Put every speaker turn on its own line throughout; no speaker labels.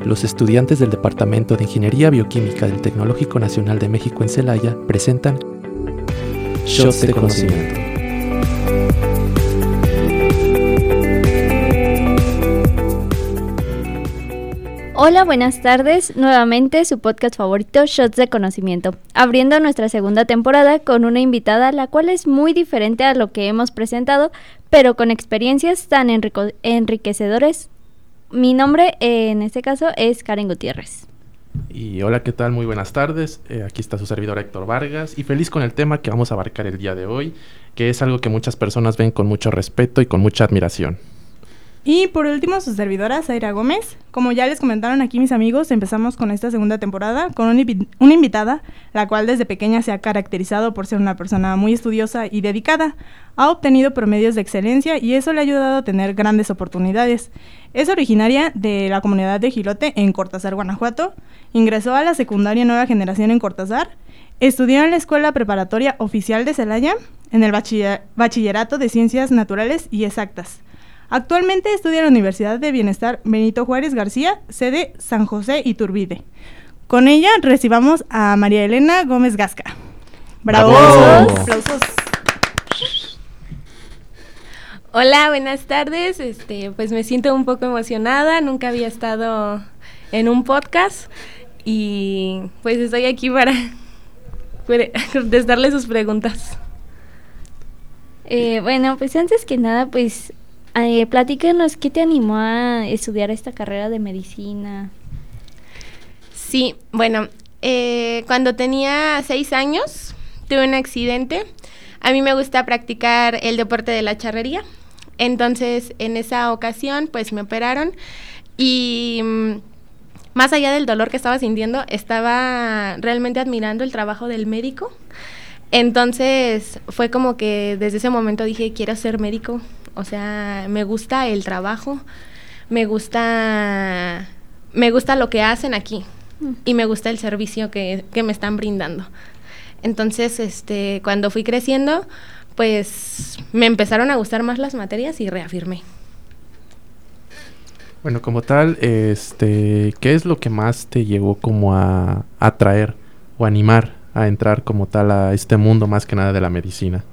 los estudiantes del Departamento de Ingeniería Bioquímica del Tecnológico Nacional de México en Celaya presentan Shots de Conocimiento.
Hola, buenas tardes. Nuevamente su podcast favorito, Shots de Conocimiento, abriendo nuestra segunda temporada con una invitada la cual es muy diferente a lo que hemos presentado, pero con experiencias tan enriquecedoras. Mi nombre en este caso es Karen Gutiérrez.
Y hola, ¿qué tal? Muy buenas tardes. Aquí está su servidor Héctor Vargas y feliz con el tema que vamos a abarcar el día de hoy, que es algo que muchas personas ven con mucho respeto y con mucha admiración.
Y por último, su servidora, Zaira Gómez. Como ya les comentaron aquí mis amigos, empezamos con esta segunda temporada con una invitada, la cual desde pequeña se ha caracterizado por ser una persona muy estudiosa y dedicada. Ha obtenido promedios de excelencia y eso le ha ayudado a tener grandes oportunidades. Es originaria de la comunidad de Jilote en Cortázar, Guanajuato. Ingresó a la secundaria Nueva Generación en Cortázar. Estudió en la Escuela Preparatoria Oficial de Celaya, en el Bachillerato de Ciencias Naturales y Exactas. Actualmente estudia en la Universidad de Bienestar Benito Juárez García, sede San José Iturbide. Con ella recibamos a María Elena Gómez Gasca. ¡Bravo! ¡Aplausos!
Hola, buenas tardes. Pues me siento un poco emocionada. Nunca había estado en un podcast y pues estoy aquí para contestarle sus preguntas.
Bueno, pues antes que nada, pues platícanos, ¿qué te animó a estudiar esta carrera de medicina?
Sí, bueno, cuando tenía 6 años tuve un accidente. A mí me gusta practicar el deporte de la charrería. Entonces, en esa ocasión, pues me operaron y más allá del dolor que estaba sintiendo, estaba realmente admirando el trabajo del médico. Entonces, fue como que desde ese momento dije, quiero ser médico. O sea, me gusta el trabajo, me gusta lo que hacen aquí y me gusta el servicio que me están brindando. Entonces, cuando fui creciendo, pues me empezaron a gustar más las materias y reafirmé.
Bueno, como tal, ¿qué es lo que más te llevó como a atraer o animar a entrar como tal a este mundo más que nada de la medicina?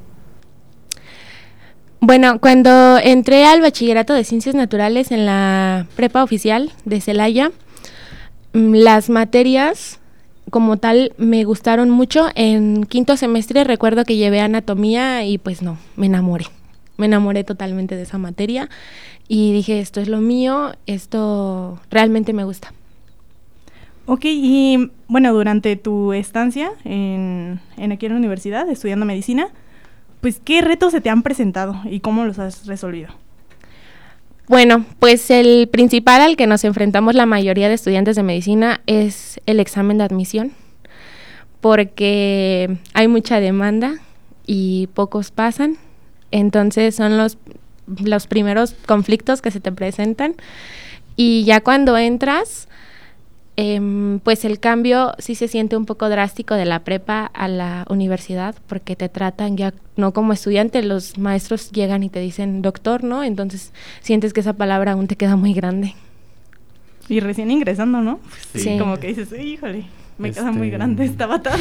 Bueno, cuando entré al Bachillerato de Ciencias Naturales en la prepa oficial de Celaya, las materias como tal me gustaron mucho. En quinto semestre recuerdo que llevé anatomía y pues no, me enamoré totalmente de esa materia y dije, esto es lo mío, esto realmente me gusta.
Ok, y bueno, durante tu estancia en aquí en la universidad estudiando medicina, pues, ¿qué retos se te han presentado y cómo los has resolvido?
Bueno, pues el principal al que nos enfrentamos la mayoría de estudiantes de medicina es el examen de admisión, porque hay mucha demanda y pocos pasan, entonces son los primeros conflictos que se te presentan y ya cuando entras, pues el cambio sí se siente un poco drástico de la prepa a la universidad porque te tratan ya no como estudiante, los maestros llegan y te dicen doctor, ¿no? Entonces sientes que esa palabra aún te queda muy grande.
Y recién ingresando, ¿no?
Sí.
Como que dices, híjole, me queda muy grande esta bata.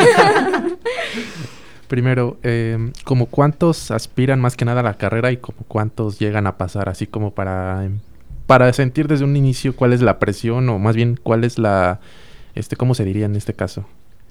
Primero, ¿como cuántos aspiran más que nada a la carrera y como cuántos llegan a pasar así como para sentir desde un inicio cuál es la presión o más bien cuál es la, ¿cómo se diría en este caso?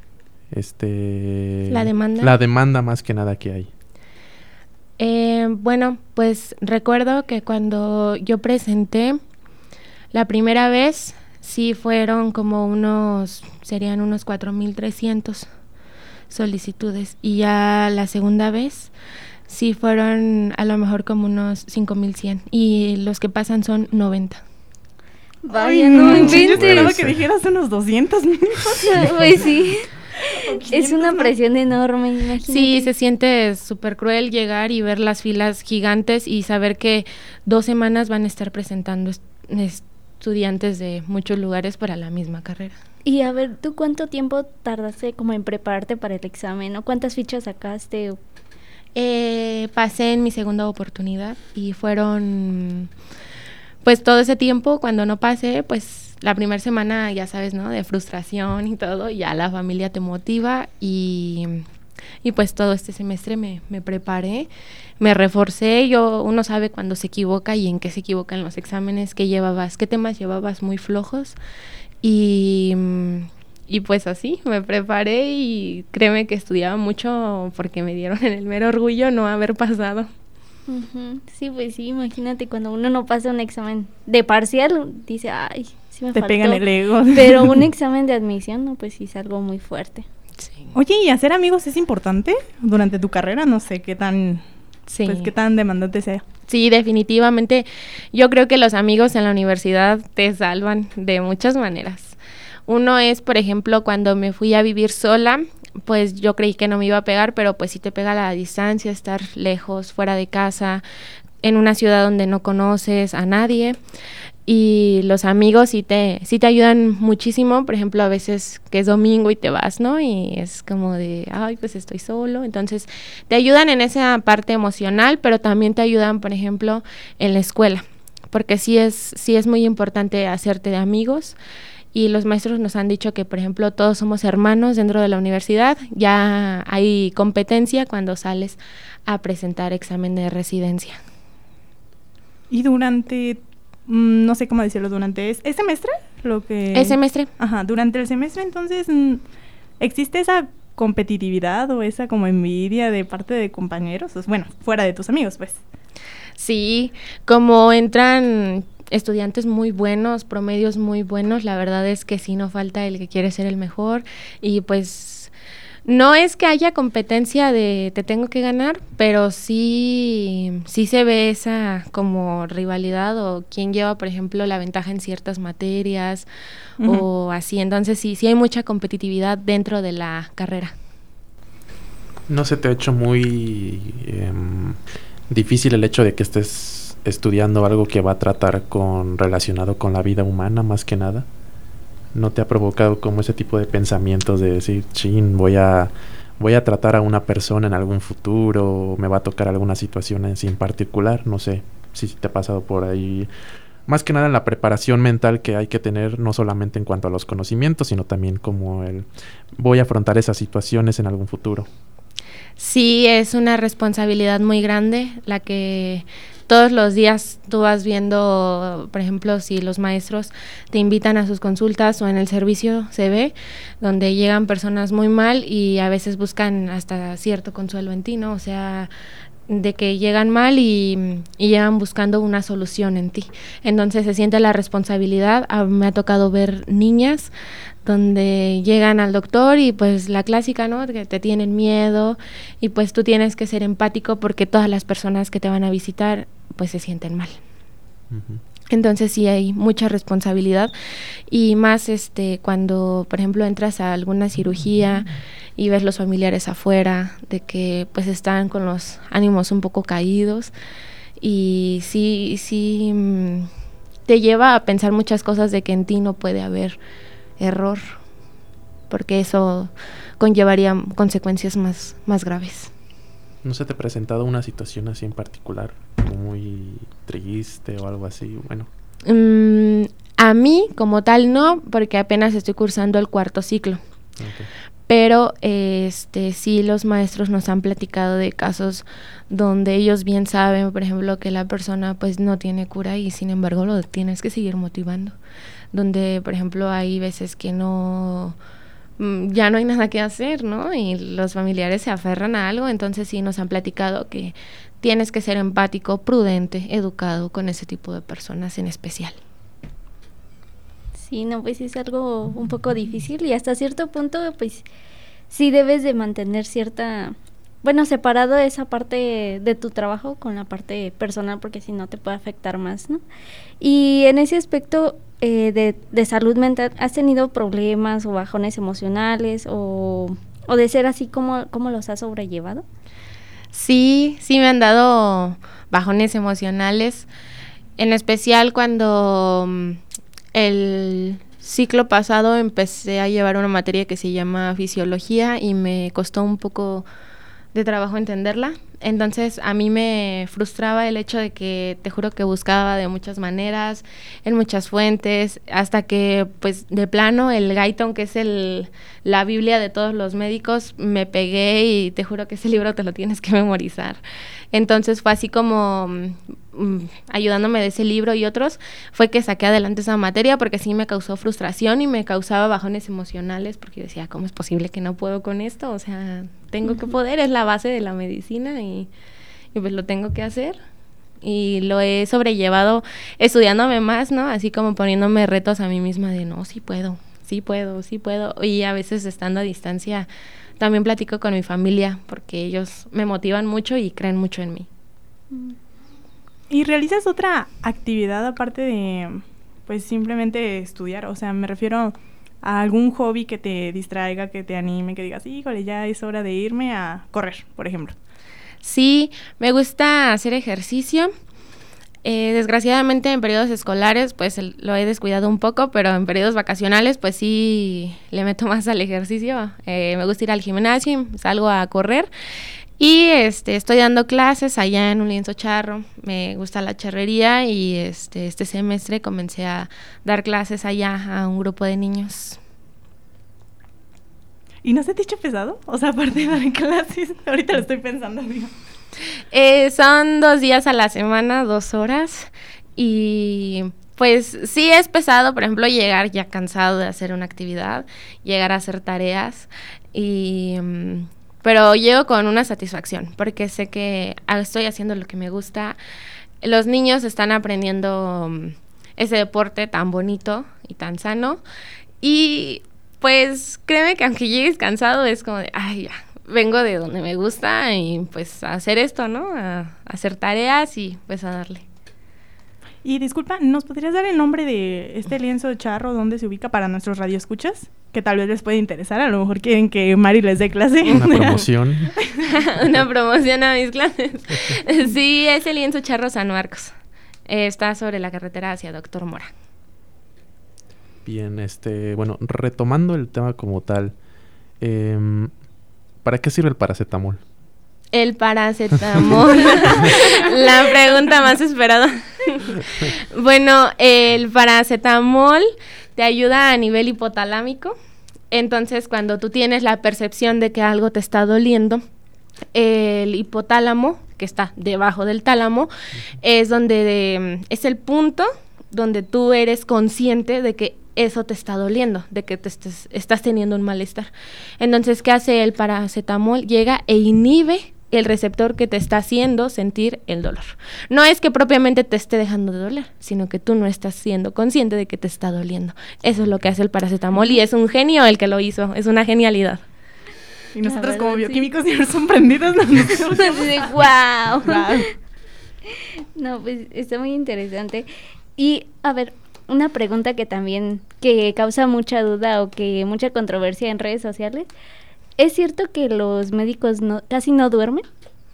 La demanda.
La demanda más que nada que hay.
Bueno, pues recuerdo que cuando yo presenté la primera vez, sí fueron como serían unos 4,300 solicitudes y ya la segunda vez sí fueron a lo mejor como unos 5,100 y los que pasan son 90.
Vaya, no inventes.
Yo esperaba que dijeras unos 200,000.
Pues sí, es una presión enorme, imagínate.
Sí, se siente súper cruel llegar y ver las filas gigantes y saber que 2 semanas van a estar presentando estudiantes de muchos lugares para la misma carrera.
Y a ver, ¿tú cuánto tiempo tardaste como en prepararte para el examen, o cuántas fichas sacaste?
Pasé en mi segunda oportunidad y fueron, pues todo ese tiempo, cuando no pasé, pues la primera semana, ya sabes, ¿no? De frustración y todo, y ya la familia te motiva y pues todo este semestre me preparé, me reforcé. Uno sabe cuando se equivoca y en qué se equivoca en los exámenes, qué temas llevabas muy flojos y pues así, me preparé y créeme que estudiaba mucho porque me dieron en el mero orgullo no haber pasado.
Uh-huh. Sí, pues sí, imagínate cuando uno no pasa un examen de parcial, dice, ay, sí me faltó.
Te pegan el ego.
Pero un examen de admisión, no, pues sí es algo muy fuerte.
Sí.
Oye, ¿y hacer amigos es importante durante tu carrera? No sé qué tan,
Sí.
pues, qué tan demandante sea.
Sí, definitivamente. Yo creo que los amigos en la universidad te salvan de muchas maneras. Uno es, por ejemplo, cuando me fui a vivir sola, pues yo creí que no me iba a pegar, pero pues sí te pega la distancia, estar lejos, fuera de casa, en una ciudad donde no conoces a nadie. Y los amigos sí te ayudan muchísimo. Por ejemplo, a veces que es domingo y te vas, ¿no? Y es como de, ay, pues estoy solo. Entonces, te ayudan en esa parte emocional, pero también te ayudan, por ejemplo, en la escuela. Porque sí es muy importante hacerte de amigos. Y los maestros nos han dicho que, por ejemplo, todos somos hermanos dentro de la universidad. Ya hay competencia cuando sales a presentar examen de residencia.
Y durante, no sé cómo decirlo, durante ¿es semestre? ¿Es
semestre?
Ajá, durante el semestre, entonces, ¿existe esa competitividad o esa como envidia de parte de compañeros? Bueno, fuera de tus amigos, pues.
Sí, como entran estudiantes muy buenos, promedios muy buenos, la verdad es que sí no falta el que quiere ser el mejor y pues no es que haya competencia de te tengo que ganar, pero sí se ve esa como rivalidad o quién lleva, por ejemplo, la ventaja en ciertas materias o así, entonces sí hay mucha competitividad dentro de la carrera.
¿No se te ha hecho muy difícil el hecho de que estés estudiando algo que va a tratar relacionado con la vida humana más que nada? ¿No te ha provocado como ese tipo de pensamientos de decir, chin, voy a tratar a una persona en algún futuro, me va a tocar alguna situación en particular? No sé si te ha pasado por ahí. Más que nada en la preparación mental que hay que tener, no solamente en cuanto a los conocimientos, sino también como voy a afrontar esas situaciones en algún futuro.
Sí, es una responsabilidad muy grande la que todos los días tú vas viendo, por ejemplo, si los maestros te invitan a sus consultas o en el servicio se ve, donde llegan personas muy mal y a veces buscan hasta cierto consuelo en ti, ¿no? O sea, de que llegan mal y llegan buscando una solución en ti. Entonces se siente la responsabilidad. Me ha tocado ver niñas donde llegan al doctor y pues la clásica, ¿no? Que te tienen miedo y pues tú tienes que ser empático porque todas las personas que te van a visitar pues se sienten mal. Uh-huh. Entonces sí hay mucha responsabilidad y más cuando, por ejemplo, entras a alguna cirugía y ves los familiares afuera de que pues están con los ánimos un poco caídos y sí te lleva a pensar muchas cosas de que en ti no puede haber error porque eso conllevaría consecuencias más graves.
¿No se te ha presentado una situación así en particular, muy triste o algo así? Bueno.
A mí, como tal, no, porque apenas estoy cursando el 4º ciclo. Okay. Pero sí los maestros nos han platicado de casos donde ellos bien saben, por ejemplo, que la persona pues no tiene cura y sin embargo lo tienes que seguir motivando. Donde, por ejemplo, hay veces que ya no hay nada que hacer, ¿no? Y los familiares se aferran a algo, entonces sí nos han platicado que tienes que ser empático, prudente, educado con ese tipo de personas en especial.
Sí, no, pues es algo un poco difícil y hasta cierto punto, pues sí debes de mantener separado esa parte de tu trabajo con la parte personal porque si no te puede afectar más, ¿no? Y en ese aspecto de salud mental, ¿has tenido problemas o bajones emocionales o de ser así, ¿cómo los has sobrellevado?
Sí me han dado bajones emocionales, en especial cuando el ciclo pasado empecé a llevar una materia que se llama fisiología y me costó un poco de trabajo entenderla. Entonces a mí me frustraba el hecho de que, te juro que buscaba de muchas maneras, en muchas fuentes, hasta que pues de plano el Guyton, que es la Biblia de todos los médicos, me pegué y te juro que ese libro te lo tienes que memorizar. Entonces fue así como ayudándome de ese libro y otros, fue que saqué adelante esa materia, porque sí me causó frustración y me causaba bajones emocionales, porque yo decía, ¿cómo es posible que no puedo con esto? O sea, tengo que poder, es la base de la medicina y pues lo tengo que hacer. Y lo he sobrellevado estudiándome más, ¿no? Así como poniéndome retos a mí misma de, no, sí puedo. Y a veces estando a distancia también platico con mi familia, porque ellos me motivan mucho y creen mucho en mí.
¿Y realizas otra actividad aparte de, pues, simplemente estudiar? O sea, me refiero a algún hobby que te distraiga, que te anime, que digas, híjole, ya es hora de irme a correr, por ejemplo.
Sí, me gusta hacer ejercicio. Desgraciadamente en periodos escolares pues lo he descuidado un poco, pero en periodos vacacionales pues sí le meto más al ejercicio. Me gusta ir al gimnasio, salgo a correr y estoy dando clases allá en un lienzo charro. Me gusta la charrería y este semestre comencé a dar clases allá a un grupo de niños.
¿Y no se te ha hecho pesado? O sea, aparte de dar clases, ahorita lo estoy pensando, digo.
Son 2 días a la semana, 2 horas, y pues sí es pesado, por ejemplo, llegar ya cansado de hacer una actividad, llegar a hacer tareas, pero llego con una satisfacción, porque sé que estoy haciendo lo que me gusta. Los niños están aprendiendo ese deporte tan bonito y tan sano, y pues créeme que aunque llegues cansado es como de, ay, ya, vengo de donde me gusta y pues a hacer esto, ¿no? A hacer tareas y pues a darle.
Y disculpa, ¿nos podrías dar el nombre de este lienzo de charro, dónde se ubica para nuestros radioescuchas? Que tal vez les puede interesar, a lo mejor quieren que Mari les dé clase.
Una promoción.
Una promoción a mis clases. Sí, es el lienzo charro San Marcos. Está sobre la carretera hacia Doctor Mora.
Bien, bueno, retomando el tema como tal, ¿para qué sirve el paracetamol?
El paracetamol, la pregunta más esperada. Bueno, el paracetamol te ayuda a nivel hipotalámico. Entonces, cuando tú tienes la percepción de que algo te está doliendo, el hipotálamo, que está debajo del tálamo, es donde es el punto donde tú eres consciente de que eso te está doliendo, de que estás teniendo un malestar. Entonces, ¿qué hace el paracetamol? Llega e inhibe el receptor que te está haciendo sentir el dolor. No es que propiamente te esté dejando de doler, sino que tú no estás siendo consciente de que te está doliendo. Eso es lo que hace el paracetamol y es un genio el que lo hizo, es una genialidad.
Y nosotros como bioquímicos siempre sorprendidos nos
¡Wow! No, pues está muy interesante. Y, a ver, una pregunta que causa mucha duda o que mucha controversia en redes sociales. ¿Es cierto que los médicos casi no duermen?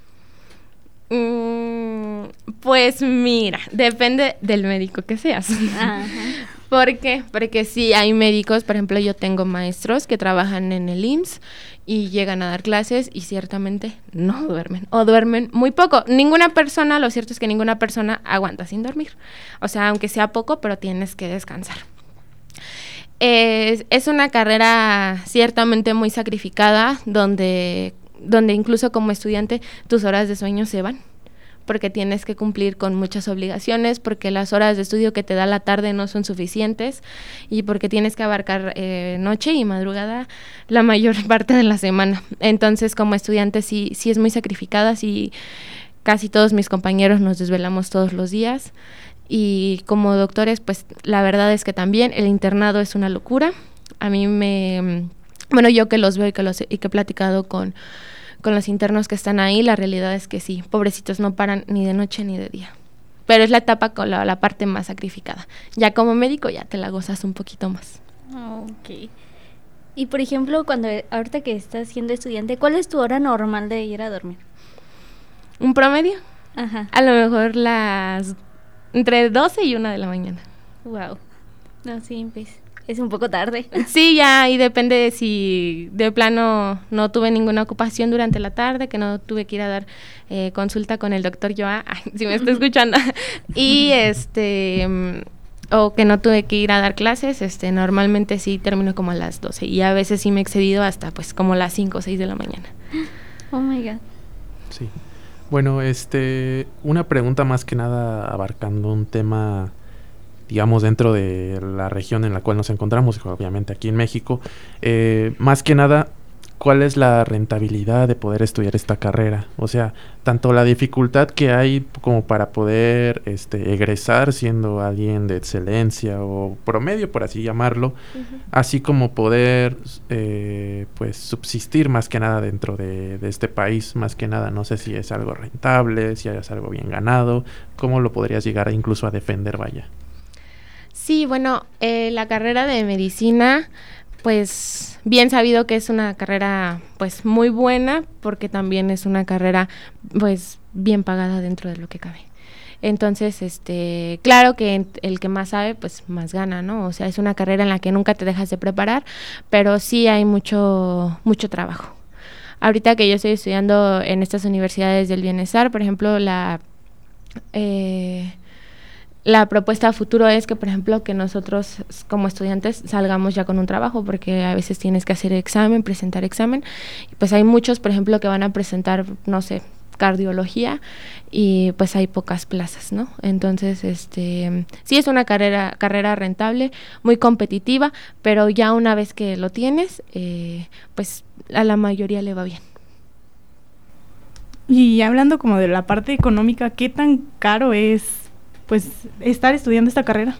Pues mira, depende del médico que seas.
Ajá.
¿Por qué? Porque sí hay médicos, por ejemplo, yo tengo maestros que trabajan en el IMSS y llegan a dar clases y ciertamente no duermen o duermen muy poco. Lo cierto es que ninguna persona aguanta sin dormir. O sea, aunque sea poco, pero tienes que descansar. Es una carrera ciertamente muy sacrificada, donde incluso como estudiante tus horas de sueño se van, porque tienes que cumplir con muchas obligaciones, porque las horas de estudio que te da la tarde no son suficientes y porque tienes que abarcar noche y madrugada la mayor parte de la semana. Entonces, como estudiante sí es muy sacrificada, sí, casi todos mis compañeros nos desvelamos todos los días. Y como doctores, pues la verdad es que también el internado es una locura. A mí yo que los veo y que he platicado con los internos que están ahí, la realidad es que sí, pobrecitos, no paran ni de noche ni de día. Pero es la etapa con la parte más sacrificada. Ya como médico ya te la gozas un poquito más.
Ok. Y por ejemplo, ahorita que estás siendo estudiante, ¿cuál es tu hora normal de ir a dormir?
¿Un promedio?
Ajá.
A lo mejor entre 12 y 1 de la mañana.
Wow. No, sí, pues Es un poco tarde.
Sí, ya, y depende de si de plano no tuve ninguna ocupación durante la tarde, que no tuve que ir a dar consulta con el doctor Joa, si me está escuchando, y o que no tuve que ir a dar clases, normalmente sí termino como a las 12, y a veces sí me he excedido hasta pues como las 5 o 6 de la mañana.
Oh my God.
Sí. Bueno, una pregunta más que nada abarcando un tema, digamos, dentro de la región en la cual nos encontramos, obviamente aquí en México. Más que nada, ¿cuál es la rentabilidad de poder estudiar esta carrera? O sea, tanto la dificultad que hay como para poder egresar siendo alguien de excelencia o promedio, por así llamarlo, así como poder pues subsistir más que nada dentro de este país. Más que nada, no sé si es algo rentable, si es algo bien ganado, ¿cómo lo podrías llegar incluso a defender, vaya?
Sí, bueno, la carrera de medicina, pues bien sabido que es una carrera pues muy buena, porque también es una carrera pues bien pagada dentro de lo que cabe. Entonces, claro que el que más sabe pues más gana, ¿no? O sea, es una carrera en la que nunca te dejas de preparar, pero sí hay mucho trabajo. Ahorita que yo estoy estudiando en estas universidades del bienestar, por ejemplo, la propuesta a futuro es que, por ejemplo, que nosotros como estudiantes salgamos ya con un trabajo, porque a veces tienes que hacer examen, presentar examen, y pues hay muchos, por ejemplo, que van a presentar, no sé, cardiología, y pues hay pocas plazas, ¿no? Entonces, sí es una carrera rentable, muy competitiva, pero ya una vez que lo tienes, pues a la mayoría le va bien.
Y hablando como de la parte económica, ¿qué tan caro es pues estar estudiando esta carrera?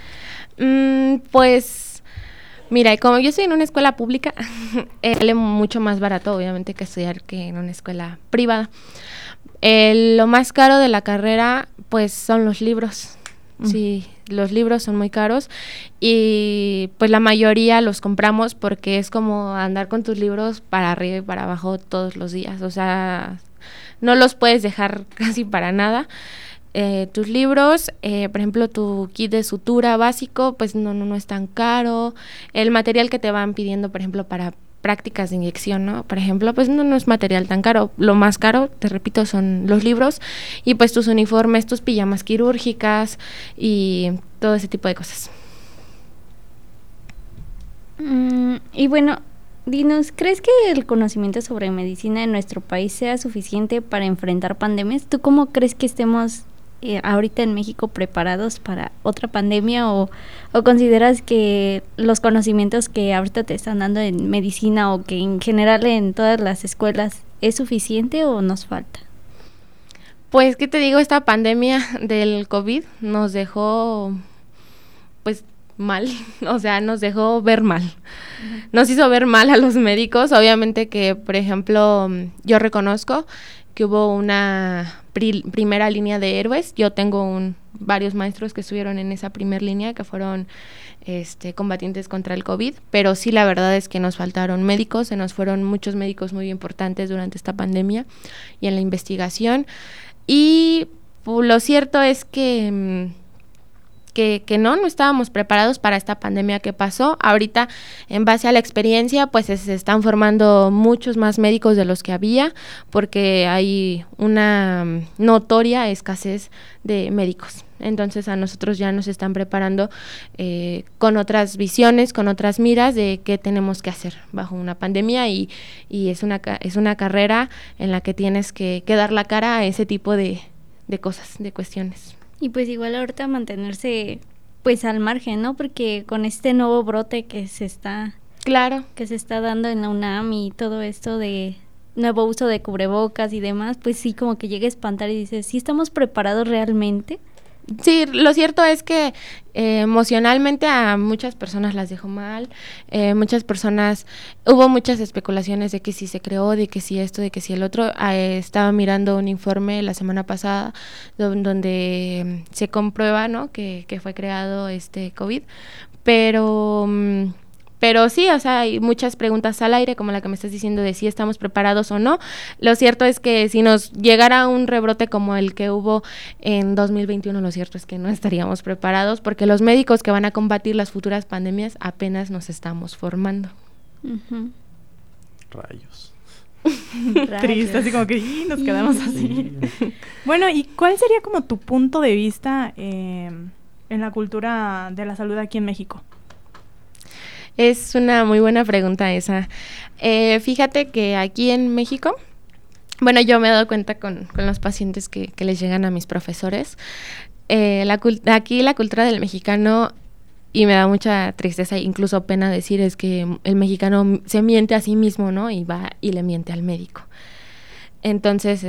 Pues mira, como yo estoy en una escuela pública, sale mucho más barato, obviamente, que estudiar que en una escuela privada. Lo más caro de la carrera, pues, son los libros. Sí, los libros son muy caros, y pues la mayoría los compramos porque es como andar con tus libros para arriba y para abajo todos los días. O sea, no los puedes dejar casi para nada. Tus libros, por ejemplo, tu kit de sutura básico, pues no es tan caro. El material que te van pidiendo, por ejemplo, para prácticas de inyección, ¿no? Por ejemplo, pues no es material tan caro. Lo más caro, te repito, son los libros, y pues tus uniformes, tus pijamas quirúrgicas y todo ese tipo de cosas.
Y bueno, dinos, ¿crees que el conocimiento sobre medicina en nuestro país sea suficiente para enfrentar pandemias? ¿Tú cómo crees que estemos ahorita en México preparados para otra pandemia, o consideras que los conocimientos que ahorita te están dando en medicina, o que en general en todas las escuelas, es suficiente o nos falta?
Pues, ¿qué te digo? Esta pandemia del COVID nos dejó pues mal, o sea, nos dejó ver mal. Nos hizo ver mal a los médicos. Obviamente que, por ejemplo, yo reconozco que hubo una primera línea de héroes. Yo tengo varios maestros que estuvieron en esa primera línea, que fueron combatientes contra el COVID, pero sí, la verdad es que nos faltaron médicos, se nos fueron muchos médicos muy importantes durante esta pandemia y en la investigación. Y lo cierto es que no estábamos preparados para esta pandemia que pasó. Ahorita, en base a la experiencia, pues se están formando muchos más médicos de los que había, porque hay una notoria escasez de médicos. Entonces a nosotros ya nos están preparando con otras visiones, con otras miras de qué tenemos que hacer bajo una pandemia, y es una carrera en la que tienes que dar la cara a ese tipo de cosas, de cuestiones.
Y pues igual ahorita mantenerse pues al margen, ¿no? Porque con este nuevo brote que se está dando en la UNAM, y todo esto de nuevo uso de cubrebocas y demás, pues sí, como que llega a espantar y dices, ¿sí estamos preparados realmente?
Sí, lo cierto es que emocionalmente a muchas personas las dejó mal. Muchas personas, hubo muchas especulaciones de que si se creó, de que si esto, de que si el otro. Estaba mirando un informe la semana pasada donde se comprueba, ¿no?, que fue creado este COVID, pero Pero sí, o sea, hay muchas preguntas al aire, como la que me estás diciendo de si estamos preparados o no. Lo cierto es que si nos llegara un rebrote como el que hubo en 2021, lo cierto es que no estaríamos preparados, porque los médicos que van a combatir las futuras pandemias apenas nos estamos formando.
Ujú.
Rayos.
Triste, así como que nos quedamos así. Bueno, ¿y cuál sería como tu punto de vista en la cultura de la salud aquí en México?
Es una muy buena pregunta esa. Fíjate que aquí en México, bueno, yo me he dado cuenta con los pacientes que les llegan a mis profesores, aquí la cultura del mexicano, y me da mucha tristeza, incluso pena decir, es que el mexicano se miente a sí mismo, ¿no? Y va y le miente al médico. Entonces,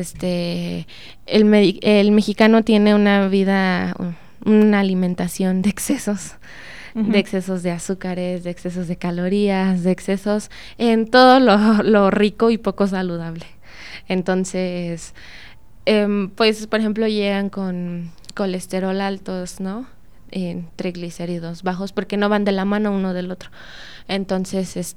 el mexicano tiene una vida, una alimentación de excesos. De excesos de azúcares, de excesos de calorías, de excesos en todo lo rico y poco saludable. Entonces, pues, por ejemplo, llegan con colesterol altos, ¿no? Triglicéridos bajos, porque no van de la mano uno del otro. Entonces,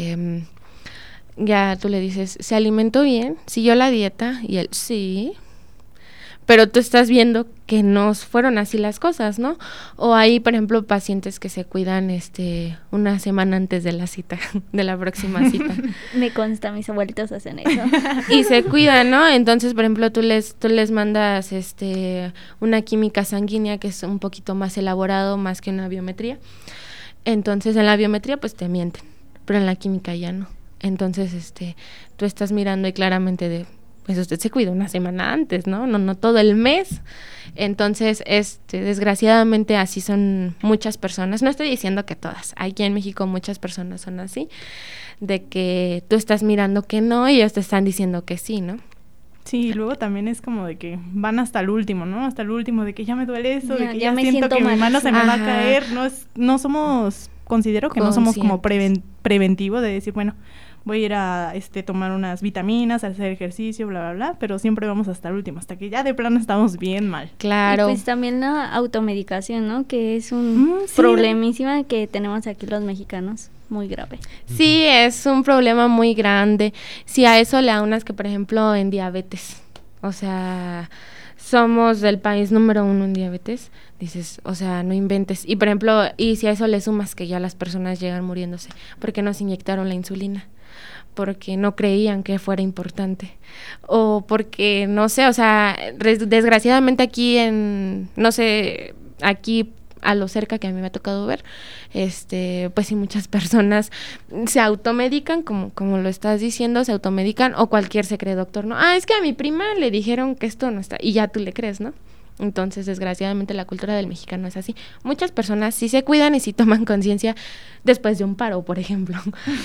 ya tú le dices, ¿se alimentó bien? ¿Siguió la dieta? Y él, sí. Pero tú estás viendo que no fueron así las cosas, ¿no? O hay, por ejemplo, pacientes que se cuidan una semana antes de la cita, de la próxima cita.
Me consta, mis abuelitos hacen eso.
Y se cuidan, ¿no? Entonces, por ejemplo, tú les mandas una química sanguínea que es un poquito más elaborado, más que una biometría. Entonces, en la biometría, pues te mienten, pero en la química ya no. Entonces, tú estás mirando y claramente pues usted se cuida una semana antes, ¿no? No todo el mes. Entonces, desgraciadamente así son muchas personas. No estoy diciendo que todas. Aquí en México muchas personas son así, de que tú estás mirando que no y ellos te están diciendo que sí, ¿no?
Sí, y luego también es como de que van hasta el último, ¿no? Hasta el último, de que ya me duele eso, de que ya
me
siento que mi mano se me va a
Ajá.
caer. No somos, considero que no somos como preventivo de decir, bueno, voy a ir a tomar unas vitaminas, a hacer ejercicio, bla, bla, bla, pero siempre vamos hasta el último, hasta que ya de plano estamos bien mal.
Claro.
Y pues también la automedicación, ¿no? Que es un
sí.
problemísima que tenemos aquí los mexicanos, muy grave.
Sí, es un problema muy grande. Si a eso le aunas que, por ejemplo, en diabetes, o sea, somos el país número 1 en diabetes, dices, o sea, no inventes. Y, por ejemplo, y si a eso le sumas que ya las personas llegan muriéndose porque nos inyectaron la insulina, porque no creían que fuera importante, o porque, no sé, o sea, desgraciadamente aquí no sé, aquí a lo cerca que a mí me ha tocado ver, pues sí, muchas personas se automedican, como lo estás diciendo, se automedican, o cualquier se cree doctor, ¿no? Es que a mi prima le dijeron que esto no está, y ya tú le crees, ¿no? Entonces, desgraciadamente, la cultura del mexicano es así. Muchas personas sí se cuidan y sí toman conciencia después de un paro, por ejemplo.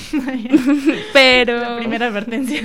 Pero...
La primera advertencia.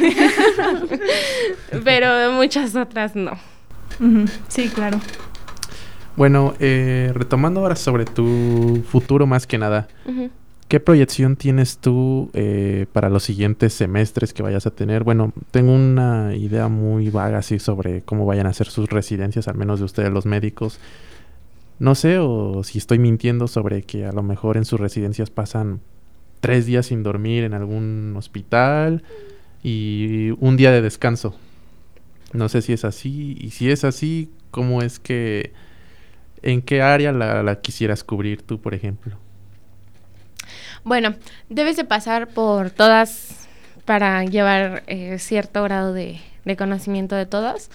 Pero muchas otras no.
Sí, claro.
Bueno, retomando ahora sobre tu futuro más que nada,
Uh-huh.
¿qué proyección tienes tú para los siguientes semestres que vayas a tener? Bueno, tengo una idea muy vaga así sobre cómo vayan a ser sus residencias, al menos de ustedes los médicos. No sé, o si estoy mintiendo sobre que a lo mejor en sus residencias pasan 3 días sin dormir en algún hospital y un día de descanso. No sé si es así, y si es así, ¿cómo es que... ¿En qué área la quisieras cubrir tú, por ejemplo?
Bueno, debes de pasar por todas para llevar cierto grado de conocimiento de todas.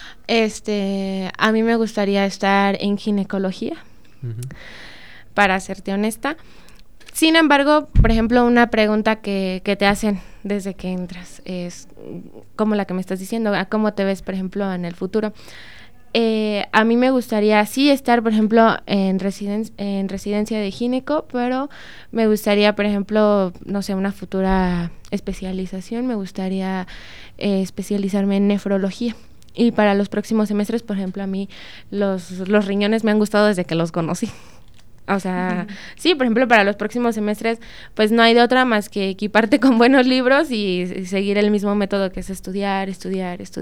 A mí me gustaría estar en ginecología, para serte honesta. Sin embargo, por ejemplo, una pregunta que te hacen desde que entras es como la que me estás diciendo, ¿a cómo te ves, por ejemplo, en el futuro? A mí me gustaría sí estar, por ejemplo, en residencia de gineco, pero me gustaría, por ejemplo, no sé, una futura especialización, me gustaría especializarme en nefrología. Y para los próximos semestres, por ejemplo, a mí los riñones me han gustado desde que los conocí. O sea, sí, por ejemplo, para los próximos semestres, pues no hay de otra más que equiparte con buenos libros y seguir el mismo método que es estudiar.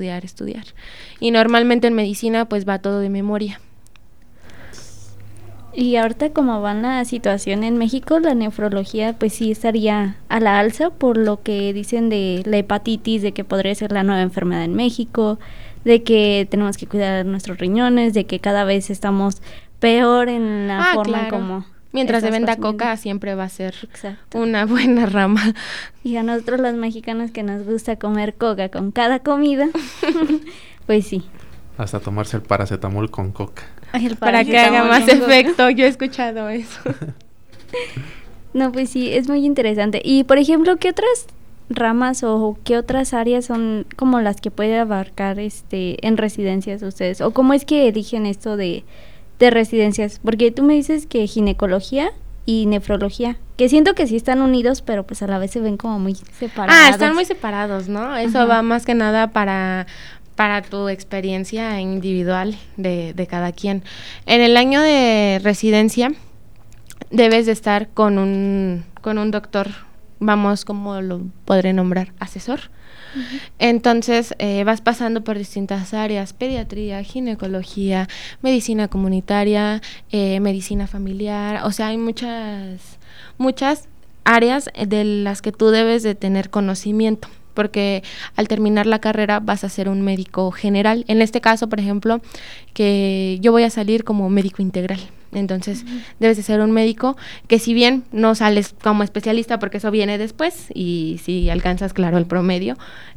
Y normalmente en medicina, pues va todo de memoria.
Y ahorita como va la situación en México, la nefrología pues sí estaría a la alza por lo que dicen de la hepatitis, de que podría ser la nueva enfermedad en México, de que tenemos que cuidar nuestros riñones, de que cada vez estamos peor en la forma como...
Mientras se venda coca siempre va a ser una buena rama.
Y a nosotros los mexicanos que nos gusta comer coca con cada comida, pues sí.
Hasta tomarse el paracetamol con coca.
Para que haga más efecto, yo he escuchado eso.
No, pues sí, es muy interesante. Y por ejemplo, ¿qué otras ramas o qué otras áreas son como las que puede abarcar en residencias ustedes? ¿O cómo es que eligen esto de residencias? Porque tú me dices que ginecología y nefrología, que siento que sí están unidos, pero pues a la vez se ven como muy separados.
Están muy separados, ¿no? Eso va más que nada para tu experiencia individual de cada quien. En el año de residencia debes de estar con un doctor, vamos, ¿cómo lo podré nombrar? Asesor. Uh-huh. Entonces vas pasando por distintas áreas: pediatría, ginecología, medicina comunitaria, medicina familiar. O sea, hay muchas áreas de las que tú debes de tener conocimiento, porque al terminar la carrera vas a ser un médico general. En este caso, por ejemplo, que yo voy a salir como médico integral. Entonces, debes de ser un médico que, si bien no sales como especialista, porque eso viene después, y si alcanzas, claro, el promedio,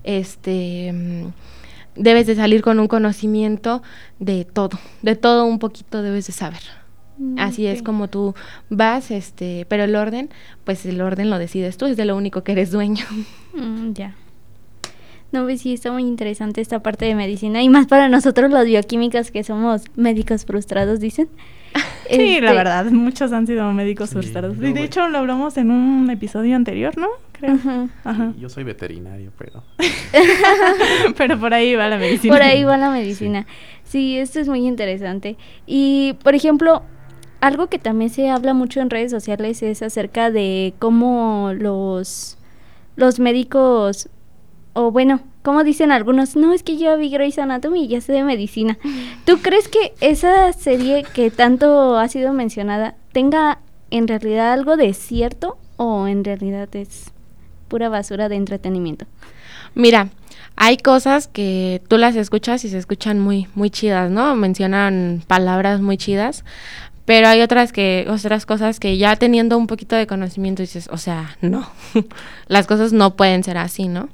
debes de salir con un conocimiento de todo un poquito debes de saber. Así es como tú vas, pero el orden lo decides tú, es de lo único que eres dueño.
Ya. No, pues sí, está muy interesante esta parte de medicina, y más para nosotros los bioquímicos que somos médicos frustrados, dicen.
Sí, la verdad, muchos han sido médicos frustrados. Y de hecho lo hablamos en un episodio anterior, ¿no? Creo.
Ajá. Sí, yo soy veterinario, pero...
pero por ahí va la medicina.
Por ahí va la medicina. Sí, esto es muy interesante. Y, por ejemplo, algo que también se habla mucho en redes sociales es acerca de cómo los médicos, o bueno, como dicen algunos, no, es que yo vi Grey's Anatomy y ya sé de medicina. ¿Tú crees que esa serie que tanto ha sido mencionada tenga en realidad algo de cierto, o en realidad es pura basura de entretenimiento?
Mira, hay cosas que tú las escuchas y se escuchan muy, muy chidas, ¿no? Mencionan palabras muy chidas, pero hay otras cosas que ya teniendo un poquito de conocimiento dices, o sea, no, las cosas no pueden ser así, ¿no?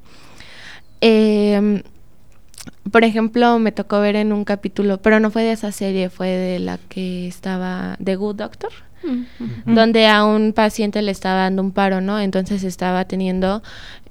Por ejemplo, me tocó ver en un capítulo, pero no fue de esa serie, fue de la que estaba The Good Doctor, donde a un paciente le estaba dando un paro, ¿no? Entonces estaba teniendo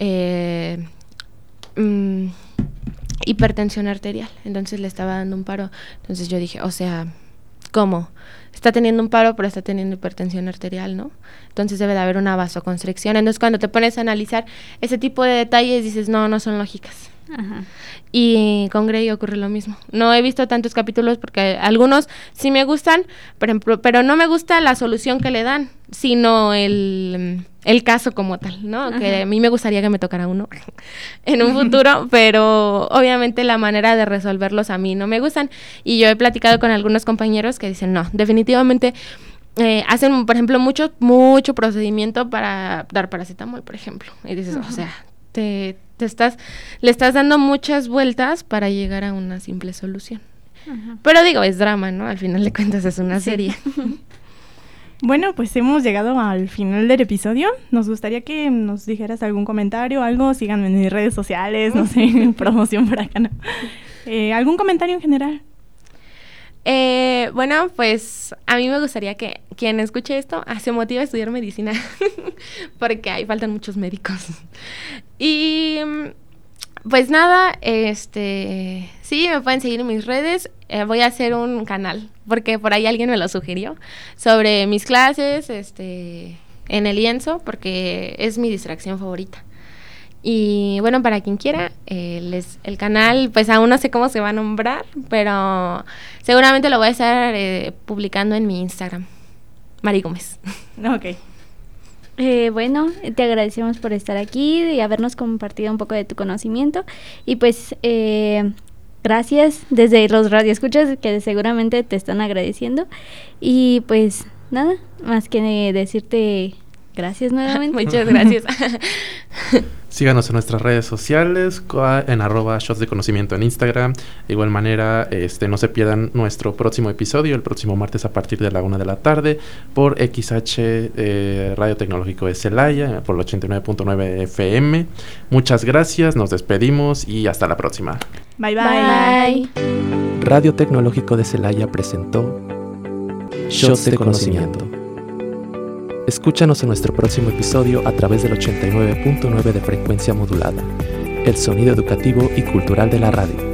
hipertensión arterial, entonces le estaba dando un paro. Entonces yo dije, o sea, ¿cómo? Está teniendo un paro, pero está teniendo hipertensión arterial, ¿no? Entonces debe de haber una vasoconstricción. Entonces cuando te pones a analizar ese tipo de detalles dices, no son lógicas. Ajá. Y con Grey ocurre lo mismo. No he visto tantos capítulos porque algunos sí me gustan, por ejemplo, pero no me gusta la solución que le dan, sino el caso como tal, ¿no? Ajá. Que a mí me gustaría que me tocara uno en un futuro, pero obviamente la manera de resolverlos a mí no me gustan. Y yo he platicado con algunos compañeros que dicen, no, definitivamente hacen, por ejemplo, mucho procedimiento para dar paracetamol, por ejemplo. Y dices, o sea, le estás dando muchas vueltas para llegar a una simple solución. Ajá. Pero digo, es drama, ¿no? Al final de cuentas es una serie.
Bueno, pues hemos llegado al final del episodio. Nos gustaría que nos dijeras algún comentario, algo. Síganme en mis redes sociales, no sé, promoción por acá, ¿no? ¿Algún comentario en general?
Bueno, pues a mí me gustaría que quien escuche esto se motive a estudiar medicina porque ahí faltan muchos médicos. Y pues nada, sí, me pueden seguir en mis redes. Voy a hacer un canal porque por ahí alguien me lo sugirió sobre mis clases en el lienzo, porque es mi distracción favorita. Y bueno, para quien quiera, el canal, pues aún no sé cómo se va a nombrar, pero seguramente lo voy a estar publicando en mi Instagram, Mari Gómez.
Ok.
Bueno, te agradecemos por estar aquí y habernos compartido un poco de tu conocimiento. Y pues gracias desde los radioescuchas que seguramente te están agradeciendo. Y pues nada, más que decirte gracias nuevamente.
Muchas gracias.
Síganos en nuestras redes sociales, en @shotsdeconocimiento en Instagram. De igual manera, no se pierdan nuestro próximo episodio, el próximo martes a partir de la 1 de la tarde, por XH Radio Tecnológico de Celaya, por el 89.9 FM. Muchas gracias, nos despedimos y hasta la próxima.
Bye, bye.
Bye.
Radio Tecnológico de Celaya presentó Shots de Conocimiento. Escúchanos en nuestro próximo episodio a través del 89.9 de frecuencia modulada, el sonido educativo y cultural de la radio.